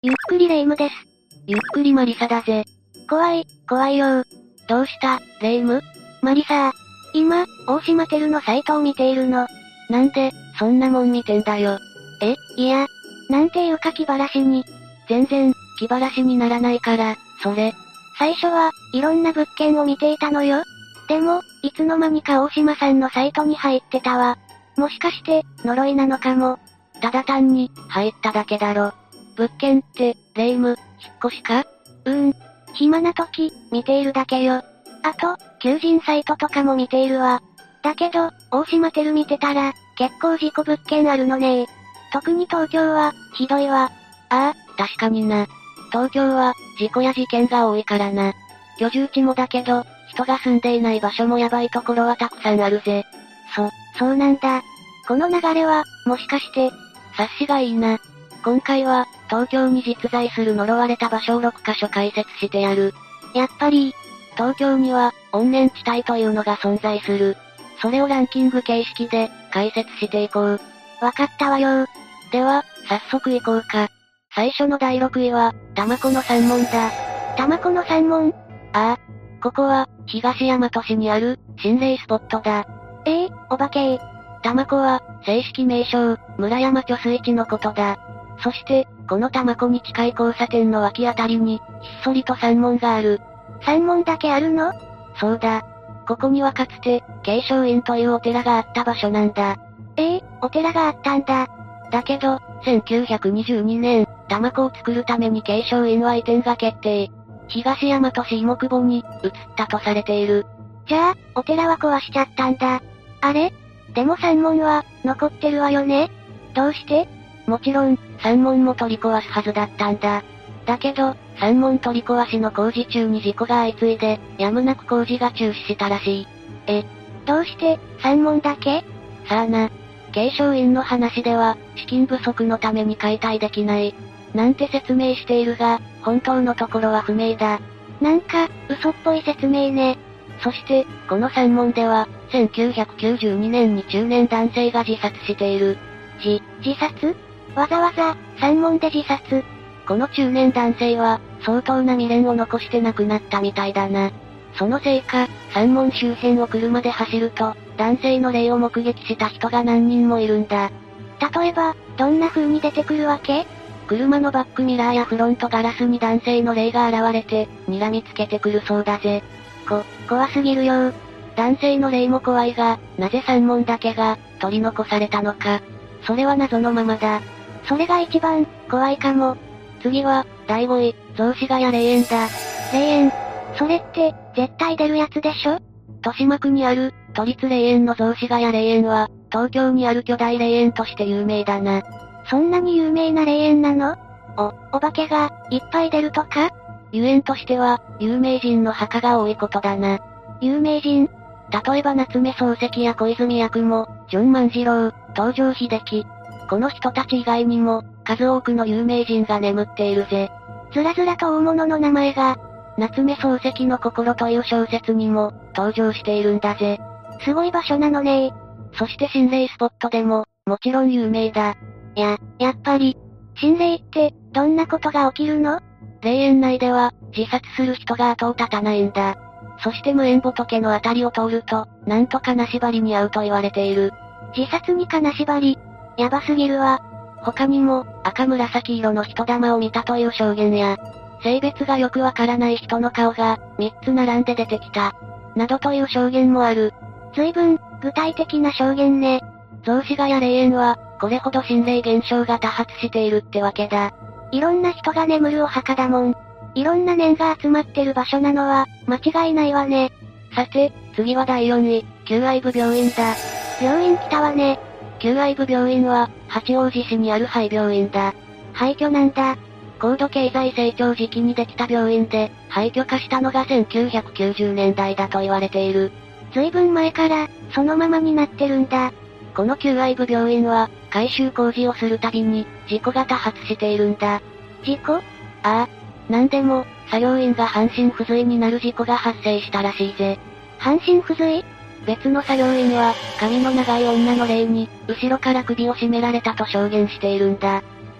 ゆっくりレ夢ムです。 ゆっくりマリサだぜ。 怖いよ。 どうした、レ夢ム？ マリサ、今、大島テルのサイトを見ているの。 なんで、そんなもん見てんだよ。 いや、なんていうか気晴らしに。 全然、気晴らしにならないから、それ。 最初は、いろんな物件を見ていたのよ。でも、いつの間にか大島さんのサイトに入ってたわ。もしかして、呪いなのかも。 ただ単に、入っただけだろ。物件って、レ夢ム、引っ越しか？ 暇な時、見ているだけよ。あと、求人サイトとかも見ているわ。だけど、大島テル見てたら、結構事故物件あるのね。特に東京は、ひどいわ。 ああ、確かにな。東京は、事故や事件が多いからな。居住地もだけど、人が住んでいない場所もヤバいところはたくさんあるぜ。 そうなんだ。この流れは、もしかして、 察しがいいな。今回は、東京に実在する呪われた場所を6カ所解説してやる。 やっぱり、 東京には、怨念地帯というのが存在する。それをランキング形式で、解説していこう。 わかったわよ。 では、早速行こうか。最初の第6位は、多摩湖の山門だ。 多摩湖の山門？ ああ。ここは、東大和市にある、心霊スポットだ。 お化け。 多摩湖は、正式名称、村山貯水池のことだ。そして、この多摩湖に近い交差点の脇あたりに、ひっそりと山門がある。 山門だけあるの？ そうだ。ここにはかつて、慶祥院というお寺があった場所なんだ。 お寺があったんだ。 だけど、1922年、多摩湖を作るために慶祥院は移転が決定。東大和市芋久保に、移ったとされている。 じゃあ、お寺は壊しちゃったんだ。あれ？でも山門は、残ってるわよね？どうして？ もちろん、山門も取り壊すはずだったんだ。だけど、山門取り壊しの工事中に事故が相次いで、やむなく工事が中止したらしい。 どうして、山門だけ？ さあな。慶祥院の話では、資金不足のために解体できない。なんて説明しているが、本当のところは不明だ。 なんか、嘘っぽい説明ね。 そして、この山門では、1992年に中年男性が自殺している。 自殺？わざわざ、山門で自殺。 この中年男性は、相当な未練を残して亡くなったみたいだな。そのせいか、山門周辺を車で走ると、男性の霊を目撃した人が何人もいるんだ。 例えば、どんな風に出てくるわけ？ 車のバックミラーやフロントガラスに男性の霊が現れて、睨みつけてくるそうだぜ。 怖すぎるよ。 男性の霊も怖いが、なぜ山門だけが、取り残されたのか。それは謎のままだ。 それが一番、怖いかも。 次は、第5位、雑司ヶ谷霊園だ。 霊園？それって、絶対出るやつでしょ？ 豊島区にある、都立霊園の雑司ヶ谷霊園は、東京にある巨大霊園として有名だな。 そんなに有名な霊園なの？お化けが、いっぱい出るとか？ ゆえんとしては、有名人の墓が多いことだな。 有名人？ 例えば夏目漱石や小泉八雲、ジョン万次郎、東条英機。この人たち以外にも、数多くの有名人が眠っているぜ。 ずらずらと大物の名前が、 夏目漱石の心という小説にも、登場しているんだぜ。 すごい場所なのね。 そして心霊スポットでも、もちろん有名だ。 やっぱり、心霊って、どんなことが起きるの？ 霊園内では、自殺する人が後を絶たないんだ。そして無縁仏のあたりを通ると、なんと金縛りに遭うと言われている。 自殺に金縛り？やばすぎるわ。 他にも、赤紫色の人玉を見たという証言や、性別がよくわからない人の顔が、3つ並んで出てきた。などという証言もある。 随分、具体的な証言ね。 雑司ヶ谷霊園は、これほど心霊現象が多発しているってわけだ。 いろんな人が眠るお墓だもん。いろんな念が集まってる場所なのは、間違いないわね。 さて、次は第4位、旧愛部病院だ。 病院来たわね。 旧愛部病院は、八王子市にある廃病院だ。 廃墟なんだ。 高度経済成長時期にできた病院で、廃墟化したのが1990年代だと言われている。 随分前から、そのままになってるんだ。 この旧愛部病院は、改修工事をするたびに、事故が多発しているんだ。 事故？ ああ。なんでも、作業員が半身不随になる事故が発生したらしいぜ。 半身不随？ 別の作業員は、髪の長い女の霊に、後ろから首を絞められたと証言しているんだ。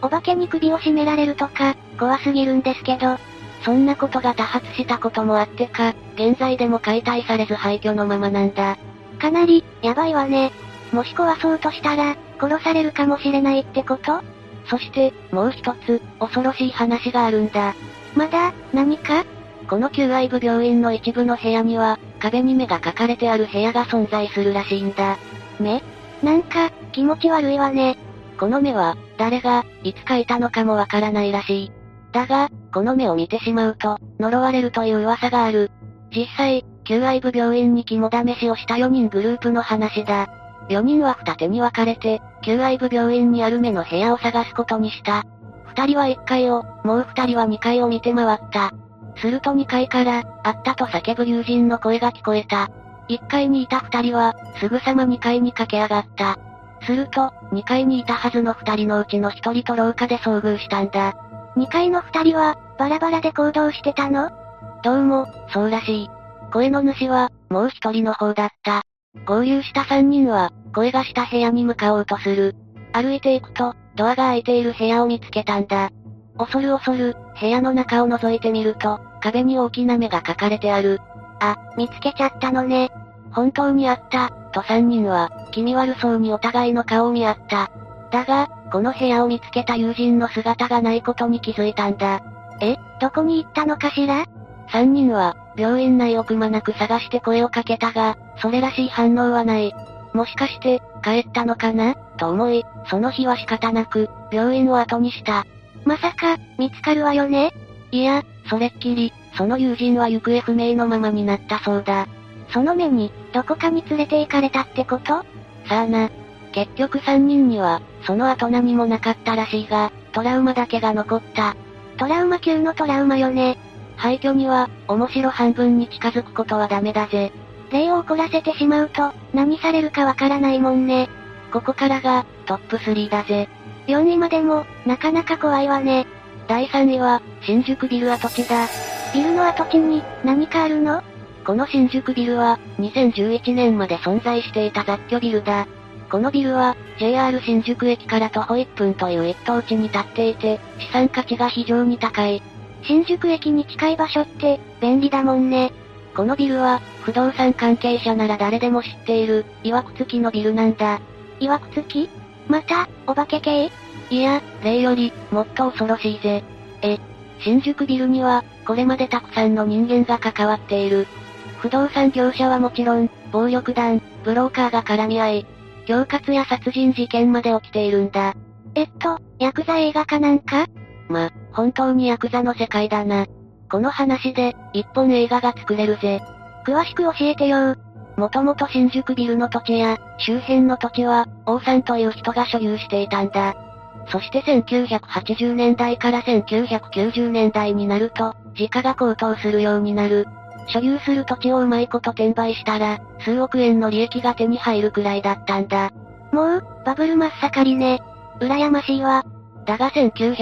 お化けに首を絞められるとか、怖すぎるんですけど。 そんなことが多発したこともあってか、現在でも解体されず廃墟のままなんだ。 かなり、やばいわね。もし壊そうとしたら、殺されるかもしれないってこと？ そして、もう一つ、恐ろしい話があるんだ。 まだ、何か？ この救愛部病院の一部の部屋には、壁に目が描かれてある部屋が存在するらしいんだ。 目？なんか、気持ち悪いわね。 この目は、誰が、いつ描いたのかもわからないらしい。だが、この目を見てしまうと、呪われるという噂がある。実際、救愛部病院に肝試しをした4人グループの話だ。4人は二手に分かれて、救愛部病院にある目の部屋を探すことにした。2人は1階を、もう2人は2階を見て回った。すると2階から、あったと叫ぶ友人の声が聞こえた。1階にいた2人は、すぐさま2階に駆け上がった。すると、2階にいたはずの2人のうちの1人と廊下で遭遇したんだ。 2階の2人は、バラバラで行動してたの？ どうも、そうらしい。声の主は、もう1人の方だった。合流した3人は、声がした部屋に向かおうとする。歩いていくと、ドアが開いている部屋を見つけたんだ。恐る恐る、部屋の中を覗いてみると、壁に大きな目が描かれてある。 あ、見つけちゃったのね。 本当にあった、と3人は、気味悪そうにお互いの顔を見合った。だが、この部屋を見つけた友人の姿がないことに気づいたんだ。 どこに行ったのかしら ？3人は、病院内をくまなく探して声をかけたが、それらしい反応はない。もしかして、帰ったのかなと思い、その日は仕方なく、病院を後にした。 まさか、見つかるわよね？ いや、それっきり、その友人は行方不明のままになったそうだ。 その目に、どこかに連れて行かれたってこと？ さあな。結局3人には、その後何もなかったらしいが、トラウマだけが残った。 トラウマ級のトラウマよね。 廃墟には、面白半分に近づくことはダメだぜ。 霊を怒らせてしまうと、何されるかわからないもんね。 ここからが、トップ3だぜ。 4位までも、なかなか怖いわね。 第3位は、新宿ビル跡地だ。 ビルの跡地に、何かあるの？ この新宿ビルは、2011年まで存在していた雑居ビルだ。このビルは、JR 新宿駅から徒歩1分という一等地に建っていて、資産価値が非常に高い。 新宿駅に近い場所って、便利だもんね。 このビルは、不動産関係者なら誰でも知っている、曰く付きのビルなんだ。 曰く付き？また、お化け系？ いや、例より、もっと恐ろしいぜ。新宿ビルには、これまでたくさんの人間が関わっている。不動産業者はもちろん、暴力団、ブローカーが絡み合い、恐喝や殺人事件まで起きているんだ。 ヤクザ映画かなんか？ 本当にヤクザの世界だな。この話で、一本映画が作れるぜ。 詳しく教えてよ。 もともと新宿ビルの土地や、周辺の土地は、王さんという人が所有していたんだ。そして1980年代から1990年代になると、時価が高騰するようになる。所有する土地をうまいこと転売したら、数億円の利益が手に入るくらいだったんだ。 もう、バブル真っ盛りね。羨ましいわ。 だが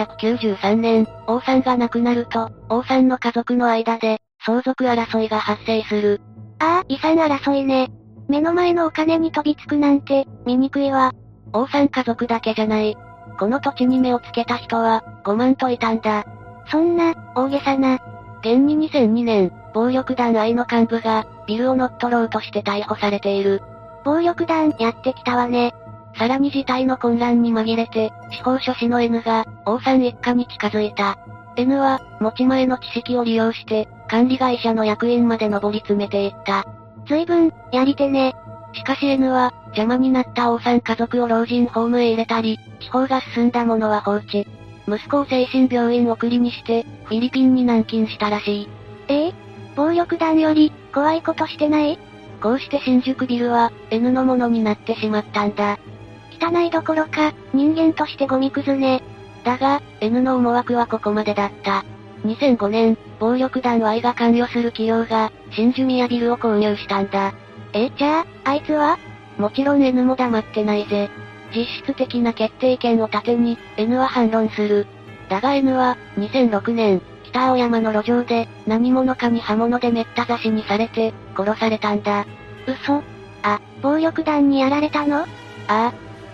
1993年、王さんが亡くなると、王さんの家族の間で、相続争いが発生する。 ああ、遺産争いね。目の前のお金に飛びつくなんて、醜いわ。 王さん家族だけじゃない。この土地に目をつけた人は、5万といたんだ。 そんな、大げさな。 現に2002年、暴力団愛の幹部が、ビルを乗っ取ろうとして逮捕されている。 暴力団やってきたわね。 さらに事態の混乱に紛れて、司法書士の N が、王さん一家に近づいた。N は、持ち前の知識を利用して、管理会社の役員まで上り詰めていった。 随分、やり手ね。 しかし N は、邪魔になった王さん家族を老人ホームへ入れたり、地方が進んだものは放置。息子を精神病院送りにして、フィリピンに軟禁したらしい。 暴力団より、怖いことしてない？ こうして新宿ビルは、N のものになってしまったんだ。 汚いどころか、人間としてゴミくずね。 だが、N の思惑はここまでだった。2005年、暴力団 Y が関与する企業が、新ジュミヤビルを購入したんだ。 じゃあ、あいつは？ もちろん N も黙ってないぜ。実質的な決定権を盾に、N は反論する。だが N は、2006年、北青山の路上で、何者かに刃物でめった刺しにされて、殺されたんだ。 暴力団にやられたの？ ああ。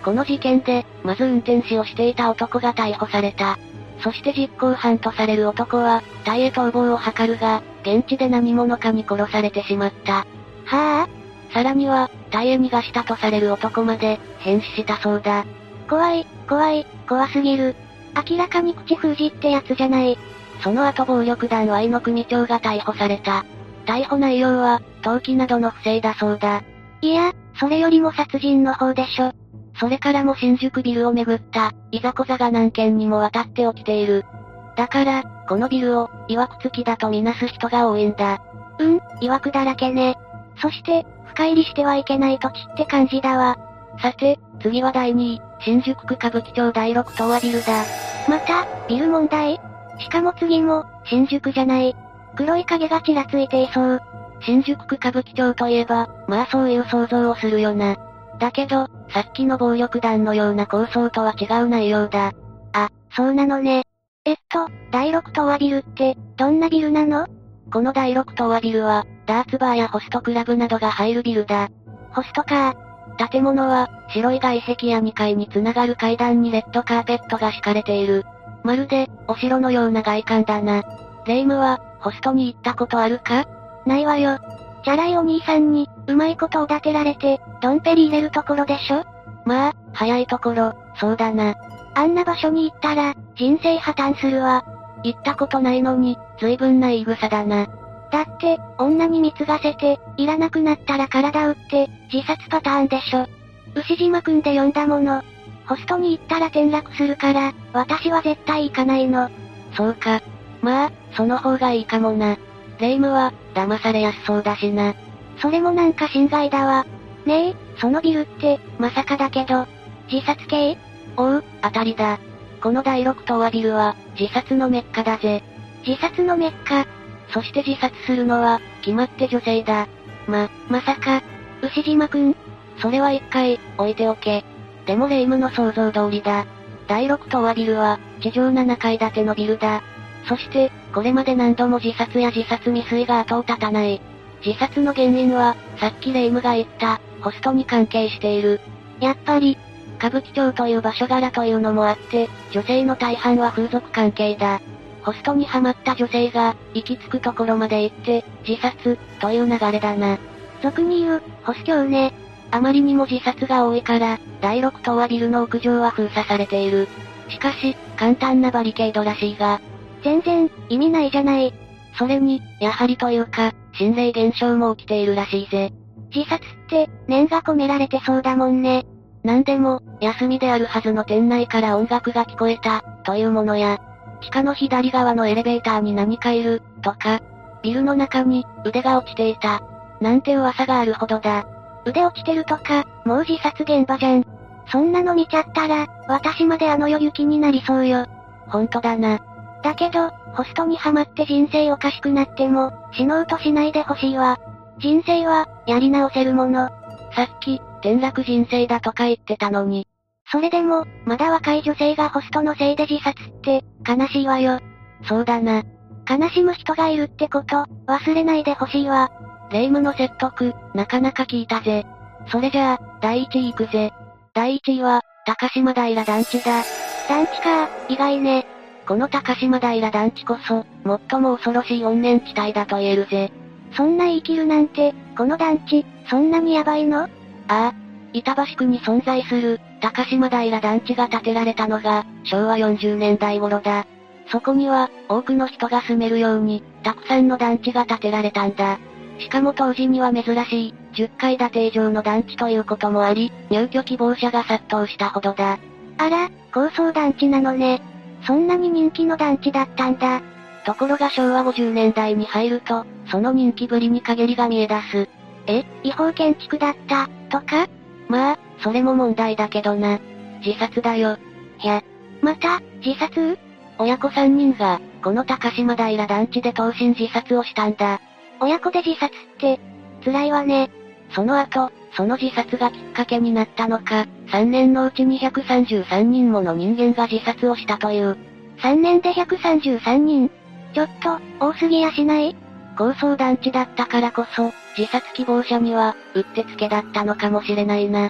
この事件で、まず運転手をしていた男が逮捕された。そして実行犯とされる男は、タイへ逃亡を図るが、現地で何者かに殺されてしまった。 はぁ？ さらには、タイへ逃がしたとされる男まで、変死したそうだ。 怖すぎる。明らかに口封じってやつじゃない。 その後暴力団 Y の組長が逮捕された。逮捕内容は、投機などの不正だそうだ。 いや、それよりも殺人の方でしょ。 それからも新宿ビルをめぐった、いざこざが何件にもわたって起きている。だから、このビルを、曰く付きだとみなす人が多いんだ。 曰くだらけね。そして、深入りしてはいけない土地って感じだわ。 さて、次は第2位、新宿区歌舞伎町第6東亜ビルだ。 また、ビル問題？しかも次も、新宿じゃない。黒い影がちらついていそう。 新宿区歌舞伎町といえば、まあそういう想像をするよな。だけど、さっきの暴力団のような構想とは違う内容だ。 あ、そうなのね。第6東亜ビルって、どんなビルなの？ この第6東亜ビルは、ダーツバーやホストクラブなどが入るビルだ。 ホストか。 建物は、白い外壁や2階につながる階段にレッドカーペットが敷かれている。まるで、お城のような外観だな。レイムは、ホストに行ったことあるか？ ないわよ。チャラいお兄さんに、うまいことおだてられて、ドンペリ入れるところでしょ？ まあ、早いところ、そうだな。 あんな場所に行ったら、人生破綻するわ。 行ったことないのに、随分な言い草だな。 だって、女に貢がせて、いらなくなったら体売って、自殺パターンでしょ。牛島くんで呼んだもの。ホストに行ったら転落するから、私は絶対行かないの。 そうか。まあ、その方がいいかもな。レイムは、騙されやすそうだしな。 それもなんか心外だわ。ねえ、そのビルって、まさかだけど、自殺系？ おう、当たりだ。この第6東亜ビルは、自殺のメッカだぜ。 自殺のメッカ。 そして自殺するのは、決まって女性だ。 まさか、牛島くん？ それは一回、置いておけ。でもレイムの想像通りだ。第6東亜ビルは、地上7階建てのビルだ。そして、これまで何度も自殺や自殺未遂が後を絶たない。自殺の原因は、さっきレイムが言った、ホストに関係している。 やっぱり、 歌舞伎町という場所柄というのもあって、女性の大半は風俗関係だ。ホストにハマった女性が、行き着くところまで行って、自殺、という流れだな。 俗に言う、ホス教ね。 あまりにも自殺が多いから、第6東亜ビルの屋上は封鎖されている。しかし、簡単なバリケードらしいが、 全然、意味ないじゃない。 それに、やはりというか、心霊現象も起きているらしいぜ。 自殺って、念が込められてそうだもんね。 なんでも、休みであるはずの店内から音楽が聞こえた、というものや、地下の左側のエレベーターに何かいる、とか、ビルの中に、腕が落ちていた、なんて噂があるほどだ。 腕落ちてるとか、もう自殺現場じゃん。そんなの見ちゃったら、私まであの世行きになりそうよ。 ほんとだな。 だけど、ホストにハマって人生おかしくなっても、死のうとしないでほしいわ。人生は、やり直せるもの。 さっき、転落人生だとか言ってたのに。 それでも、まだ若い女性がホストのせいで自殺って、悲しいわよ。 そうだな。 悲しむ人がいるってこと、忘れないでほしいわ。 レイムの説得、なかなか聞いたぜ。それじゃあ、第1位行くぜ。第1位は、高島平団地だ。 団地か、意外ね。 この高島平団地こそ、最も恐ろしい怨念地帯だと言えるぜ。 そんな言い切るなんて、この団地、そんなにヤバいの？ ああ。板橋区に存在する、高島平団地が建てられたのが、昭和40年代頃だ。そこには、多くの人が住めるように、たくさんの団地が建てられたんだ。しかも当時には珍しい、10階建て以上の団地ということもあり、入居希望者が殺到したほどだ。 あら、高層団地なのね。そんなに人気の団地だったんだ。 ところが昭和50年代に入ると、その人気ぶりに陰りが見え出す。 違法建築だった、とか？ まあ、それも問題だけどな。自殺だよ。 また、自殺？ 親子3人が、この高島平団地で投身自殺をしたんだ。 親子で自殺って、辛いわね。 その後、その自殺がきっかけになったのか、3年のうちに133人もの人間が自殺をしたという。 3年で133人？ちょっと、多すぎやしない？ 高層団地だったからこそ、自殺希望者には、うってつけだったのかもしれないな。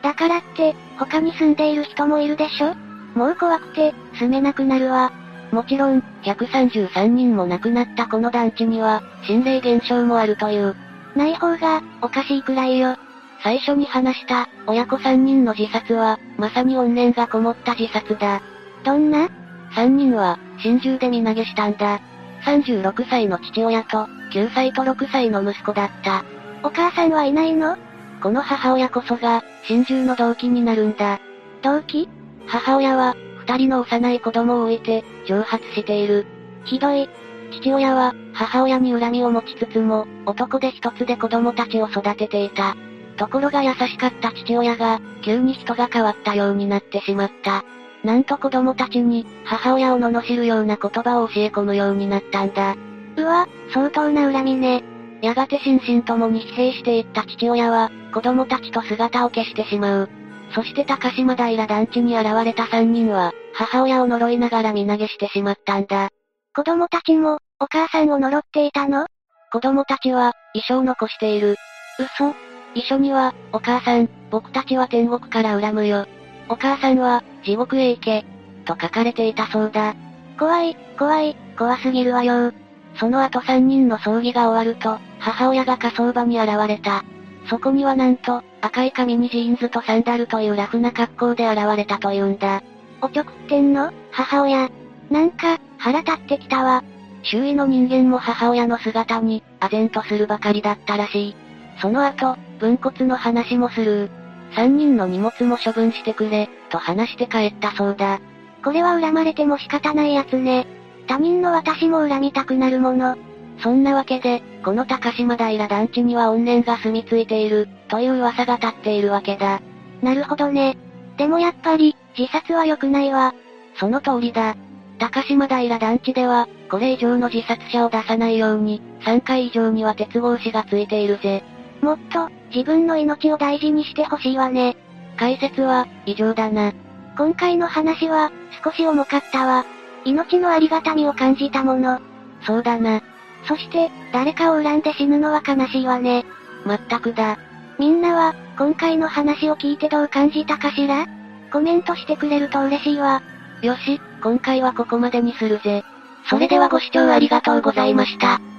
だからって、他に住んでいる人もいるでしょ？もう怖くて、住めなくなるわ。 もちろん、133人も亡くなったこの団地には、心霊現象もあるという。 ない方が、おかしいくらいよ。 最初に話した、親子3人の自殺は、まさに怨念がこもった自殺だ。 どんな？ 3 人は、心中で身投げしたんだ。36歳の父親と、9歳と6歳の息子だった。 お母さんはいないの？ この母親こそが、心中の動機になるんだ。 動機？ 母親は、2人の幼い子供を置いて、蒸発している。 ひどい。 父親は、母親に恨みを持ちつつも、男手一つで子供たちを育てていた。ところが優しかった父親が、急に人が変わったようになってしまった。なんと子供たちに、母親を罵るような言葉を教え込むようになったんだ。 うわ、相当な恨みね。 やがて心身ともに疲弊していった父親は、子供たちと姿を消してしまう。そして高島平団地に現れた3人は、母親を呪いながら身投げしてしまったんだ。 子供たちも、お母さんを呪っていたの？ 子供たちは、遺書を残している。 嘘？ 遺書には、お母さん、僕たちは天国から恨むよ。お母さんは、地獄へ行け。と書かれていたそうだ。 怖い、怖い、怖すぎるわよ。 その後3人の葬儀が終わると、母親が火葬場に現れた。そこにはなんと、赤い髪にジーンズとサンダルというラフな格好で現れたというんだ。 おちょくってんの？母親。なんか、腹立ってきたわ。 周囲の人間も母親の姿に、唖然とするばかりだったらしい。その後、分骨の話もスルー。3人の荷物も処分してくれ、と話して帰ったそうだ。 これは恨まれても仕方ないやつね。他人の私も恨みたくなるもの。 そんなわけで、この高島平団地には怨念が住み着いている、という噂が立っているわけだ。 なるほどね。でもやっぱり、自殺は良くないわ。 その通りだ。高島平団地では、これ以上の自殺者を出さないように、3階以上には鉄格子がついているぜ。 もっと、自分の命を大事にしてほしいわね。 解説は、以上だな。 今回の話は、少し重かったわ。命のありがたみを感じたもの。 そうだな。 そして、誰かを恨んで死ぬのは悲しいわね。 まったくだ。 みんなは、今回の話を聞いてどう感じたかしら？コメントしてくれると嬉しいわ。 よし、今回はここまでにするぜ。それではご視聴ありがとうございました。